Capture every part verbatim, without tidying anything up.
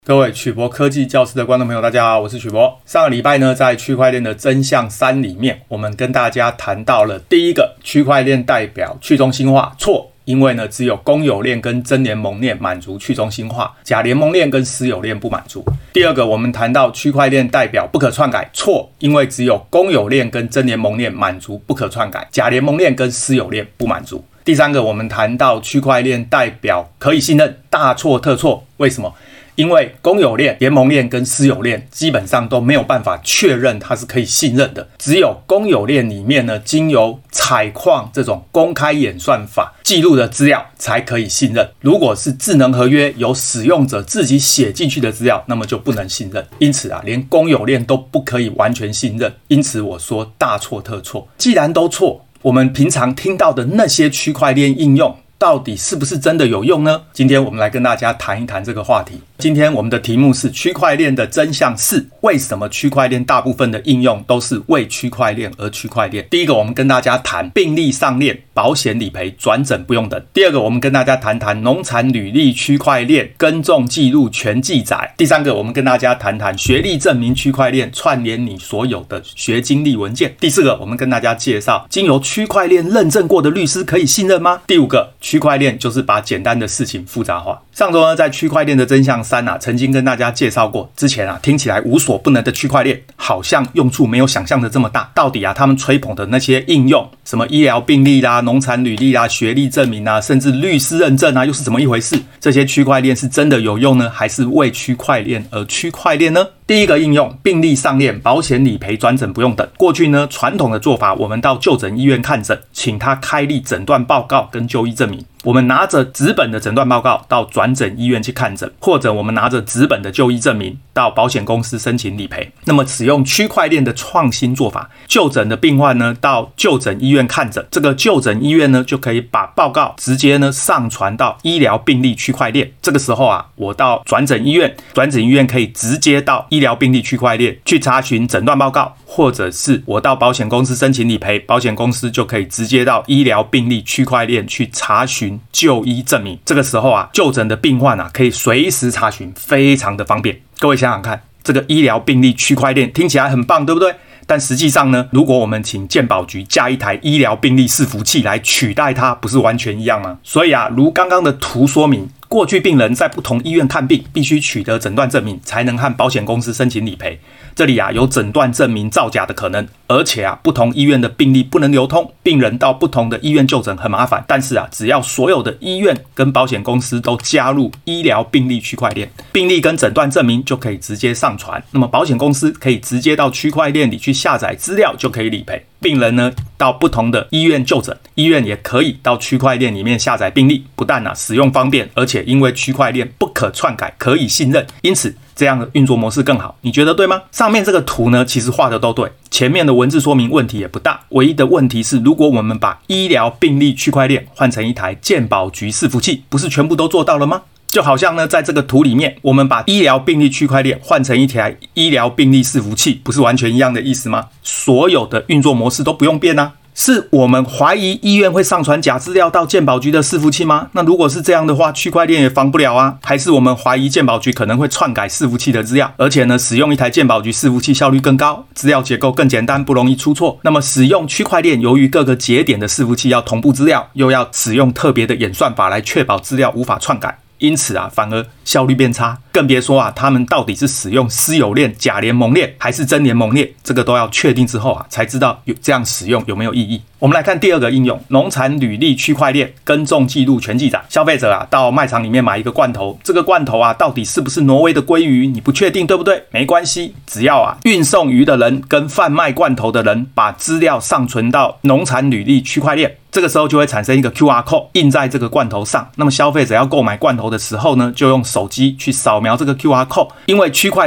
各位曲博科技教室的观众朋友，大家好，我是曲博。上个礼拜呢，在区块链的真相三里面，我们跟大家谈到了第一个，区块链代表去中心化，错，因为呢，只有公有链跟真联盟链满足去中心化，假联盟链跟私有链不满足。第二个，我们谈到区块链代表不可篡改，错，因为只有公有链跟真联盟链满足不可篡改，假联盟链跟私有链不满足。第三个，我们谈到区块链代表可以信任，大错特错，为什么？因为公有链、联盟链跟私有链基本上都没有办法确认它是可以信任的，只有公有链里面呢，经由采矿这种公开演算法记录的资料才可以信任。如果是智能合约由使用者自己写进去的资料，那么就不能信任。因此啊，连公有链都不可以完全信任。因此我说大错特错。既然都错，我们平常听到的那些区块链应用到底是不是真的有用呢？今天我们来跟大家谈一谈这个话题。今天我们的题目是区块链的真相四，为什么区块链大部分的应用都是为区块链而区块链？第一个，我们跟大家谈病历上链、保险理赔、转诊不用等。第二个，我们跟大家谈谈农产履历区块链、耕种记录全记载。第三个，我们跟大家谈谈学历证明区块链，串联你所有的学经历文件。第四个，我们跟大家介绍经由区块链认证过的律师可以信任吗？第五个，区块链就是把简单的事情复杂化。上周呢，在区块链的真相三啊，曾经跟大家介绍过，之前啊听起来无所不能的区块链，好像用处没有想象的这么大。到底啊，他们吹捧的那些应用，什么医疗病历啦、农产履历啦、学历证明啊，甚至律师认证啊，又是怎么一回事？这些区块链是真的有用呢，还是为区块链而区块链呢？第一个应用，病历上链、保险理赔、转诊不用等。过去呢，传统的做法，我们到就诊医院看诊，请他开立诊断报告跟就医证明。我们拿着纸本的诊断报告到转诊医院去看诊，或者我们拿着纸本的就医证明到保险公司申请理赔。那么使用区块链的创新做法，就诊的病患呢到就诊医院看诊，这个就诊医院呢就可以把报告直接呢上传到医疗病历区块链。这个时候啊，我到转诊医院，转诊医院可以直接到医疗病历区块链去查询诊断报告，或者是我到保险公司申请理赔，保险公司就可以直接到医疗病历区块链去查询就医证明。这个时候啊，就诊的病患啊可以随时查询，非常的方便。各位想想看，这个医疗病历区块链听起来很棒，对不对？但实际上呢，如果我们请健保局架一台医疗病历伺服器来取代它，不是完全一样吗？所以啊，如刚刚的图说明，过去病人在不同医院看病，必须取得诊断证明，才能和保险公司申请理赔。这里啊有诊断证明造假的可能，而且啊不同医院的病历不能流通，病人到不同的医院就诊很麻烦。但是啊，只要所有的医院跟保险公司都加入医疗病历区块链，病历跟诊断证明就可以直接上传，那么保险公司可以直接到区块链里去下载资料，就可以理赔。病人呢到不同的医院就诊，医院也可以到区块链里面下载病历，不但啊使用方便，而且因为区块链不可篡改，可以信任，因此这样的运作模式更好。你觉得对吗？上面这个图呢，其实画的都对，前面的文字说明问题也不大，唯一的问题是，如果我们把医疗病历区块链换成一台健保局伺服器，不是全部都做到了吗？就好像呢，在这个图里面，我们把医疗病历区块链换成一台医疗病历伺服器，不是完全一样的意思吗？所有的运作模式都不用变啊。是我们怀疑医院会上传假资料到健保局的伺服器吗？那如果是这样的话，区块链也防不了啊。还是我们怀疑健保局可能会篡改伺服器的资料，而且呢，使用一台健保局伺服器效率更高，资料结构更简单，不容易出错。那么使用区块链，由于各个节点的伺服器要同步资料，又要使用特别的演算法来确保资料无法篡改，因此啊，反而效率变差，更别说啊，他们到底是使用私有链、假联盟链还是真联盟链，这个都要确定之后啊，才知道有这样使用有没有意义。我们来看第二个应用，农产履历区块链，耕种记录全记载。消费者啊，到卖场里面买一个罐头，这个罐头啊，到底是不是挪威的鲑鱼，你不确定，对不对？没关系，只要啊，运送鱼的人跟贩卖罐头的人把资料上传到农产履历区块链，这个时候就会产生一个 Q R code 印在这个罐头上。那么消费者要购买罐头的时候呢，就用手机去扫描这个 Q R code， 因为区块链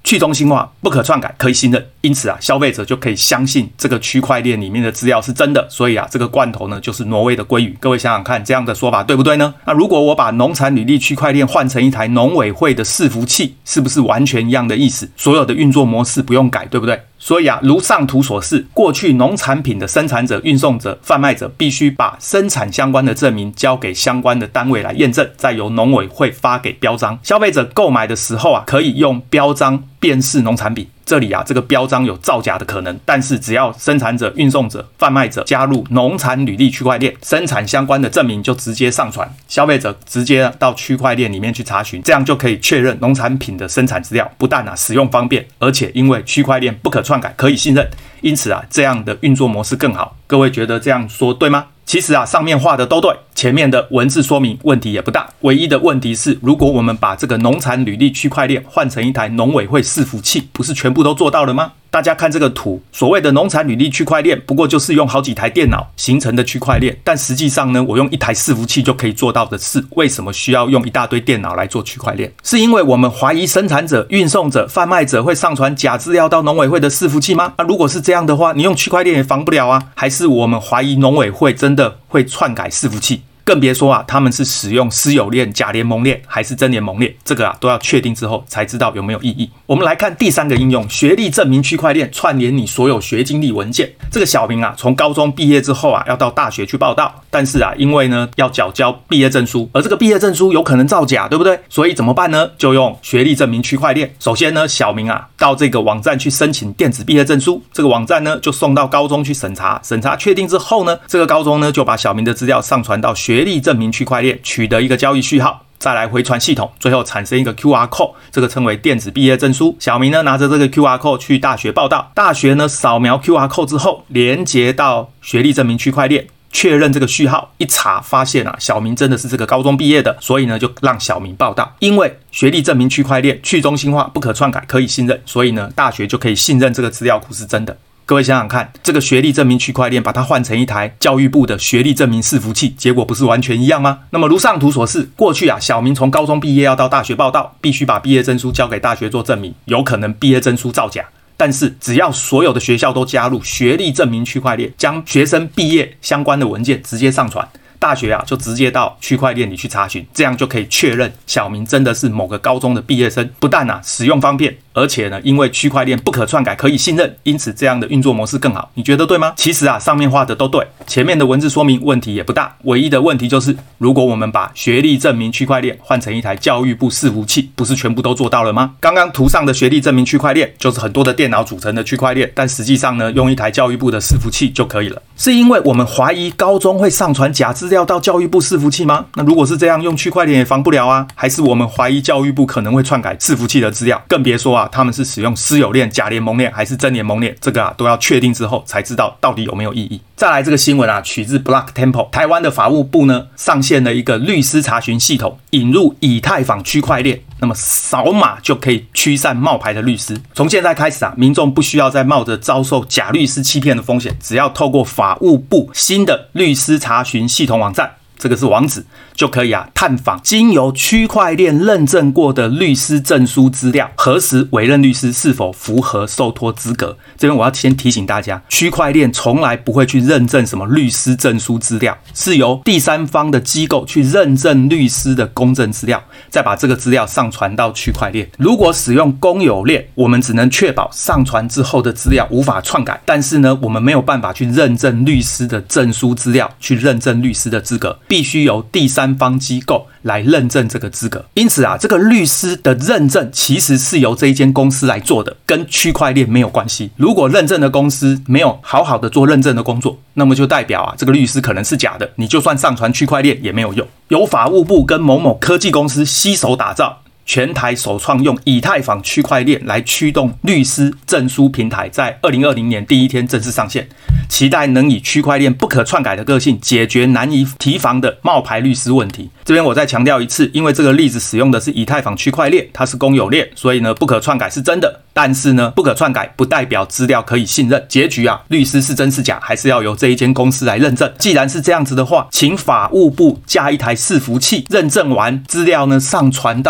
去中心化、不可篡改、可以信任，因此啊，消费者就可以相信这个区块链里面的资料是真的，所以啊，这个罐头呢就是挪威的鲑鱼。各位想想看，这样的说法对不对呢？那如果我把农产履历区块链换成一台农委会的伺服器，是不是完全一样的意思？所有的运作模式不用改，对不对？所以啊，如上图所示，过去农产品的生产者、运送者、贩卖者必须把生产相关的证明交给相关的单位来验证，再由农委会发给标章。消费者购买的时候啊，可以用标章辨识农产品。这里啊，这个标章有造假的可能，但是只要生产者、运送者、贩卖者加入农产履历区块链，生产相关的证明就直接上传，消费者直接到区块链里面去查询，这样就可以确认农产品的生产资料。不但啊使用方便，而且因为区块链不可篡改，可以信任，因此啊这样的运作模式更好。各位觉得这样说对吗？其实啊，上面画的都对，前面的文字说明问题也不大，唯一的问题是，如果我们把这个农产履历区块链换成一台农委会伺服器，不是全部都做到了吗？大家看这个图，所谓的农产履历区块链，不过就是用好几台电脑形成的区块链，但实际上呢，我用一台伺服器就可以做到的事，为什么需要用一大堆电脑来做区块链？是因为我们怀疑生产者、运送者、贩卖者会上传假资料到农委会的伺服器吗？那如果是这样的话，你用区块链也防不了啊？还是我们怀疑农委会真的会篡改伺服器？更别说啊，他们是使用私有链、假联盟链还是真联盟链，这个啊都要确定之后才知道有没有意义。我们来看第三个应用，学历证明区块链串联你所有学经历文件。这个小明啊，从高中毕业之后啊，要到大学去报到，但是啊，因为呢要缴交毕业证书，而这个毕业证书有可能造假，对不对？所以怎么办呢？就用学历证明区块链。首先呢，小明啊到这个网站去申请电子毕业证书，这个网站呢就送到高中去审查，审查确定之后呢，这个高中呢就把小明的资料上传到学历证明区块链，取得一个交易序号，再来回传系统，最后产生一个 Q R code， 这个称为电子毕业证书。小明呢拿着这个 Q R code 去大学报到，大学呢扫描 Q R code 之后，连接到学历证明区块链，确认这个序号，一查发现啊，小明真的是这个高中毕业的，所以呢就让小明报到。因为学历证明区块链去中心化、不可篡改、可以信任，所以呢大学就可以信任这个资料库是真的。各位想想看，这个学历证明区块链把它换成一台教育部的学历证明伺服器，结果不是完全一样吗？那么如上图所示，过去啊，小明从高中毕业要到大学报到，必须把毕业证书交给大学做证明，有可能毕业证书造假。但是只要所有的学校都加入学历证明区块链，将学生毕业相关的文件直接上传，大学啊就直接到区块链里去查询，这样就可以确认小明真的是某个高中的毕业生。不但啊使用方便，而且呢因为区块链不可篡改，可以信任，因此这样的运作模式更好。你觉得对吗？其实啊上面画的都对，前面的文字说明问题也不大，唯一的问题就是如果我们把学历证明区块链换成一台教育部伺服器，不是全部都做到了吗？刚刚图上的学历证明区块链就是很多的电脑组成的区块链，但实际上呢用一台教育部的伺服器就可以了。是因为我们怀疑高中会上传假资料到教育部伺服器吗？那如果是这样，用区块链也防不了啊？还是我们怀疑教育部可能会篡改伺服器的资料？更别说啊，他们是使用私有链、假联盟链还是真联盟链，这个啊都要确定之后才知道到底有没有意义。再来这个新闻啊，取自 Block Temple， 台湾的法务部呢上线了一个律师查询系统，引入以太坊区块链，那么扫码就可以驱散冒牌的律师。从现在开始啊，民众不需要再冒着遭受假律师欺骗的风险，只要透过法务部新的律师查询系统网站，这个是网址，就可以啊探访经由区块链认证过的律师证书资料，核实委任律师是否符合受托资格。这边我要先提醒大家，区块链从来不会去认证什么律师证书资料，是由第三方的机构去认证律师的公证资料，再把这个资料上传到区块链。如果使用公有链，我们只能确保上传之后的资料无法篡改，但是呢我们没有办法去认证律师的证书资料，去认证律师的资格，必须由第三方机构来认证这个资格。因此啊，这个律师的认证其实是由这一间公司来做的，跟区块链没有关系。如果认证的公司没有好好的做认证的工作，那么就代表啊，这个律师可能是假的，你就算上传区块链也没有用。由法务部跟某某科技公司携手打造，全台首创用以太坊区块链来驱动律师证书平台，在二零二零年第一天正式上线，期待能以区块链不可篡改的个性解决难以提防的冒牌律师问题。这边我再强调一次，因为这个例子使用的是以太坊区块链，它是公有链，所以呢不可篡改是真的，但是呢不可篡改不代表资料可以信任。结局啊，律师是真是假还是要由这一间公司来认证。既然是这样子的话，请法务部架一台伺服器，认证完资料呢上传到这一台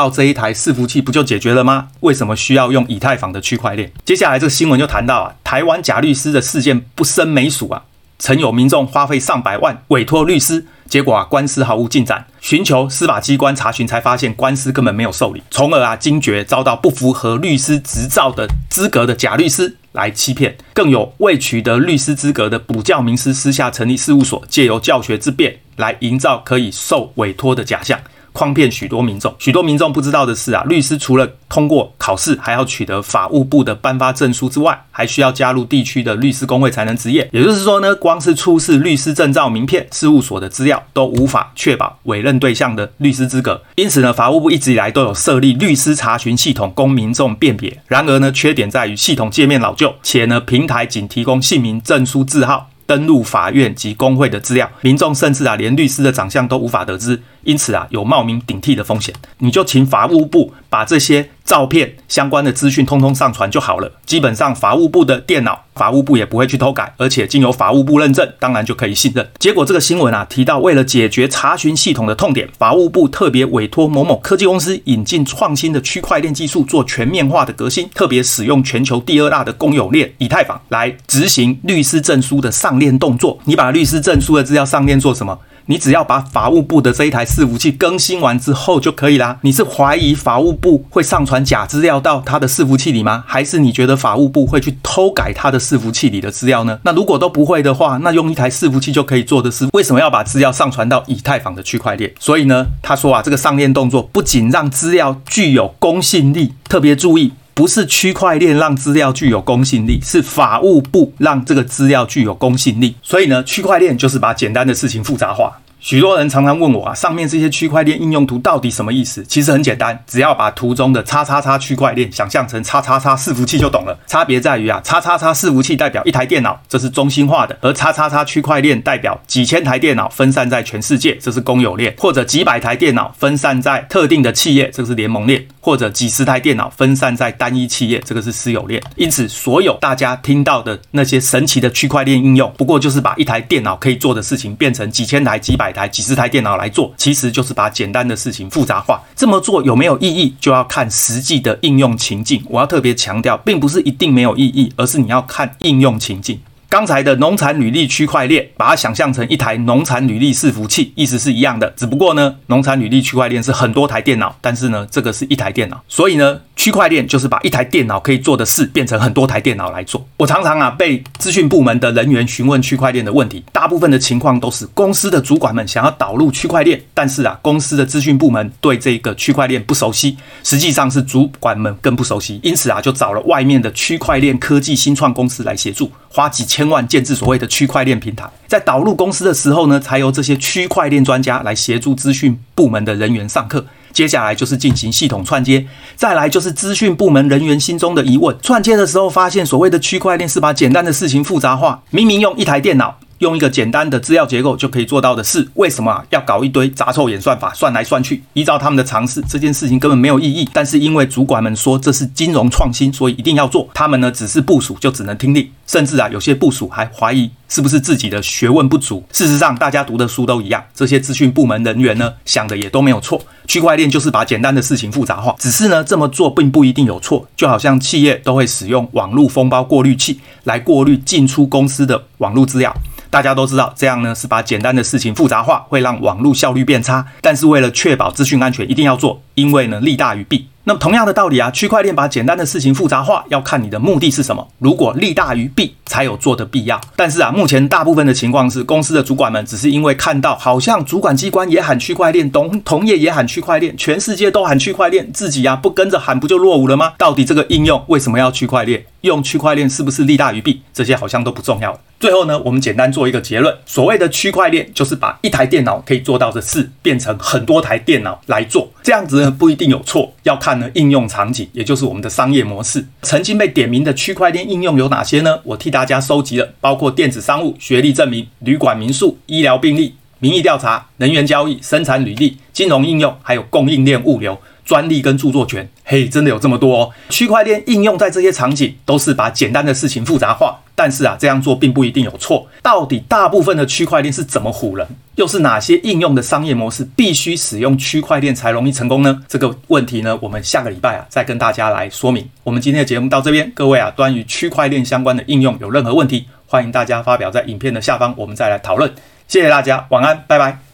台伺服器不就解决了吗？为什么需要用以太坊的区块链？接下来这个新闻就谈到啊，台湾假律师的事件不胜枚数啊，曾有民众花费上百万委托律师，结果啊官司毫无进展，寻求司法机关查询才发现官司根本没有受理，从而啊惊觉遭到不符合律师执照的资格的假律师来欺骗，更有未取得律师资格的补教名师私下成立事务所，借由教学之便来营造可以受委托的假象，诓骗许多民众。许多民众不知道的是啊，律师除了通过考试，还要取得法务部的颁发证书之外，还需要加入地区的律师公会才能执业。也就是说呢，光是出示律师证照、名片、事务所的资料，都无法确保委任对象的律师资格。因此呢，法务部一直以来都有设立律师查询系统供民众辨别。然而呢，缺点在于系统界面老旧，且呢平台仅提供姓名、证书字号、登录法院及工会的资料，民众甚至啊连律师的长相都无法得知，因此啊有冒名顶替的风险。你就请法务部把这些照片相关的资讯通通上传就好了。基本上法务部的电脑，法务部也不会去偷改，而且经由法务部认证，当然就可以信任。结果这个新闻啊提到，为了解决查询系统的痛点，法务部特别委托某某科技公司引进创新的区块链技术，做全面化的革新，特别使用全球第二大的公有链以太坊来执行律师证书的上链动作。你把律师证书的资料上链做什么？你只要把法务部的这一台伺服器更新完之后就可以啦。你是怀疑法务部会上传假资料到他的伺服器里吗？还是你觉得法务部会去偷改他的伺服器里的资料呢？那如果都不会的话，那用一台伺服器就可以做的事，为什么要把资料上传到以太坊的区块链？所以呢，他说啊，这个上链动作不仅让资料具有公信力，特别注意，不是区块链让资料具有公信力，是法务部让这个资料具有公信力。所以呢，区块链就是把简单的事情复杂化。许多人常常问我啊，上面这些区块链应用图到底什么意思？其实很简单，只要把图中的叉叉叉区块链想象成叉叉叉伺服器就懂了。差别在于啊，叉叉叉伺服器代表一台电脑，这是中心化的；而叉叉叉区块链代表几千台电脑分散在全世界，这是公有链；或者几百台电脑分散在特定的企业，这是联盟链；或者几十台电脑分散在单一企业，这个是私有链。因此，所有大家听到的那些神奇的区块链应用，不过就是把一台电脑可以做的事情变成几千台、几百台、几十台电脑来做，其实就是把简单的事情复杂化。这么做有没有意义，就要看实际的应用情境。我要特别强调，并不是一定没有意义，而是你要看应用情境。刚才的农产履历区块链，把它想象成一台农产履历伺服器，意思是一样的。只不过呢，农产履历区块链是很多台电脑，但是呢，这个是一台电脑。所以呢，区块链就是把一台电脑可以做的事，变成很多台电脑来做。我常常啊被资讯部门的人员询问区块链的问题，大部分的情况都是公司的主管们想要导入区块链，但是啊，公司的资讯部门对这个区块链不熟悉，实际上是主管们更不熟悉，因此啊，就找了外面的区块链科技新创公司来协助，花几千万建制所谓的区块链平台。在导入公司的时候呢，才由这些区块链专家来协助资讯部门的人员上课。接下来就是进行系统串接，再来就是资讯部门人员心中的疑问。串接的时候发现，所谓的区块链是把简单的事情复杂化，明明用一台电脑，用一个简单的资料结构就可以做到的事，为什么、啊、要搞一堆杂凑演算法算来算去？依照他们的常识，这件事情根本没有意义。但是因为主管们说这是金融创新，所以一定要做。他们呢只是部属，就只能听令，甚至啊有些部属还怀疑是不是自己的学问不足。事实上，大家读的书都一样，这些资讯部门人员呢想的也都没有错。区块链就是把简单的事情复杂化，只是呢这么做并不一定有错。就好像企业都会使用网络封包过滤器来过滤进出公司的网络资料。大家都知道，这样呢是把简单的事情复杂化，会让网络效率变差。但是为了确保资讯安全，一定要做，因为呢利大于弊。那么同样的道理啊，区块链把简单的事情复杂化，要看你的目的是什么。如果利大于弊，才有做的必要。但是啊，目前大部分的情况是，公司的主管们只是因为看到好像主管机关也喊区块链，同同业也喊区块链，全世界都喊区块链，自己啊不跟着喊不就落伍了吗？到底这个应用为什么要区块链？用区块链是不是利大于弊？这些好像都不重要了。最后呢，我们简单做一个结论，所谓的区块链就是把一台电脑可以做到的事变成很多台电脑来做，这样子呢不一定有错，要看呢应用场景，也就是我们的商业模式。曾经被点名的区块链应用有哪些呢？我替大家收集了，包括电子商务、学历证明、旅馆民宿、医疗病历、民意调查、能源交易、生产履历、金融应用，还有供应链物流、专利跟著作权。嘿，真的有这么多哦！区块链应用在这些场景，都是把简单的事情复杂化， 但是啊，这样做并不一定有错。到底大部分的区块链是怎么唬人？又是哪些应用的商业模式必须使用区块链才容易成功呢？这个问题呢，我们下个礼拜啊再跟大家来说明。我们今天的节目到这边，各位啊，关于区块链相关的应用有任何问题，欢迎大家发表在影片的下方，我们再来讨论。谢谢大家，晚安，拜拜。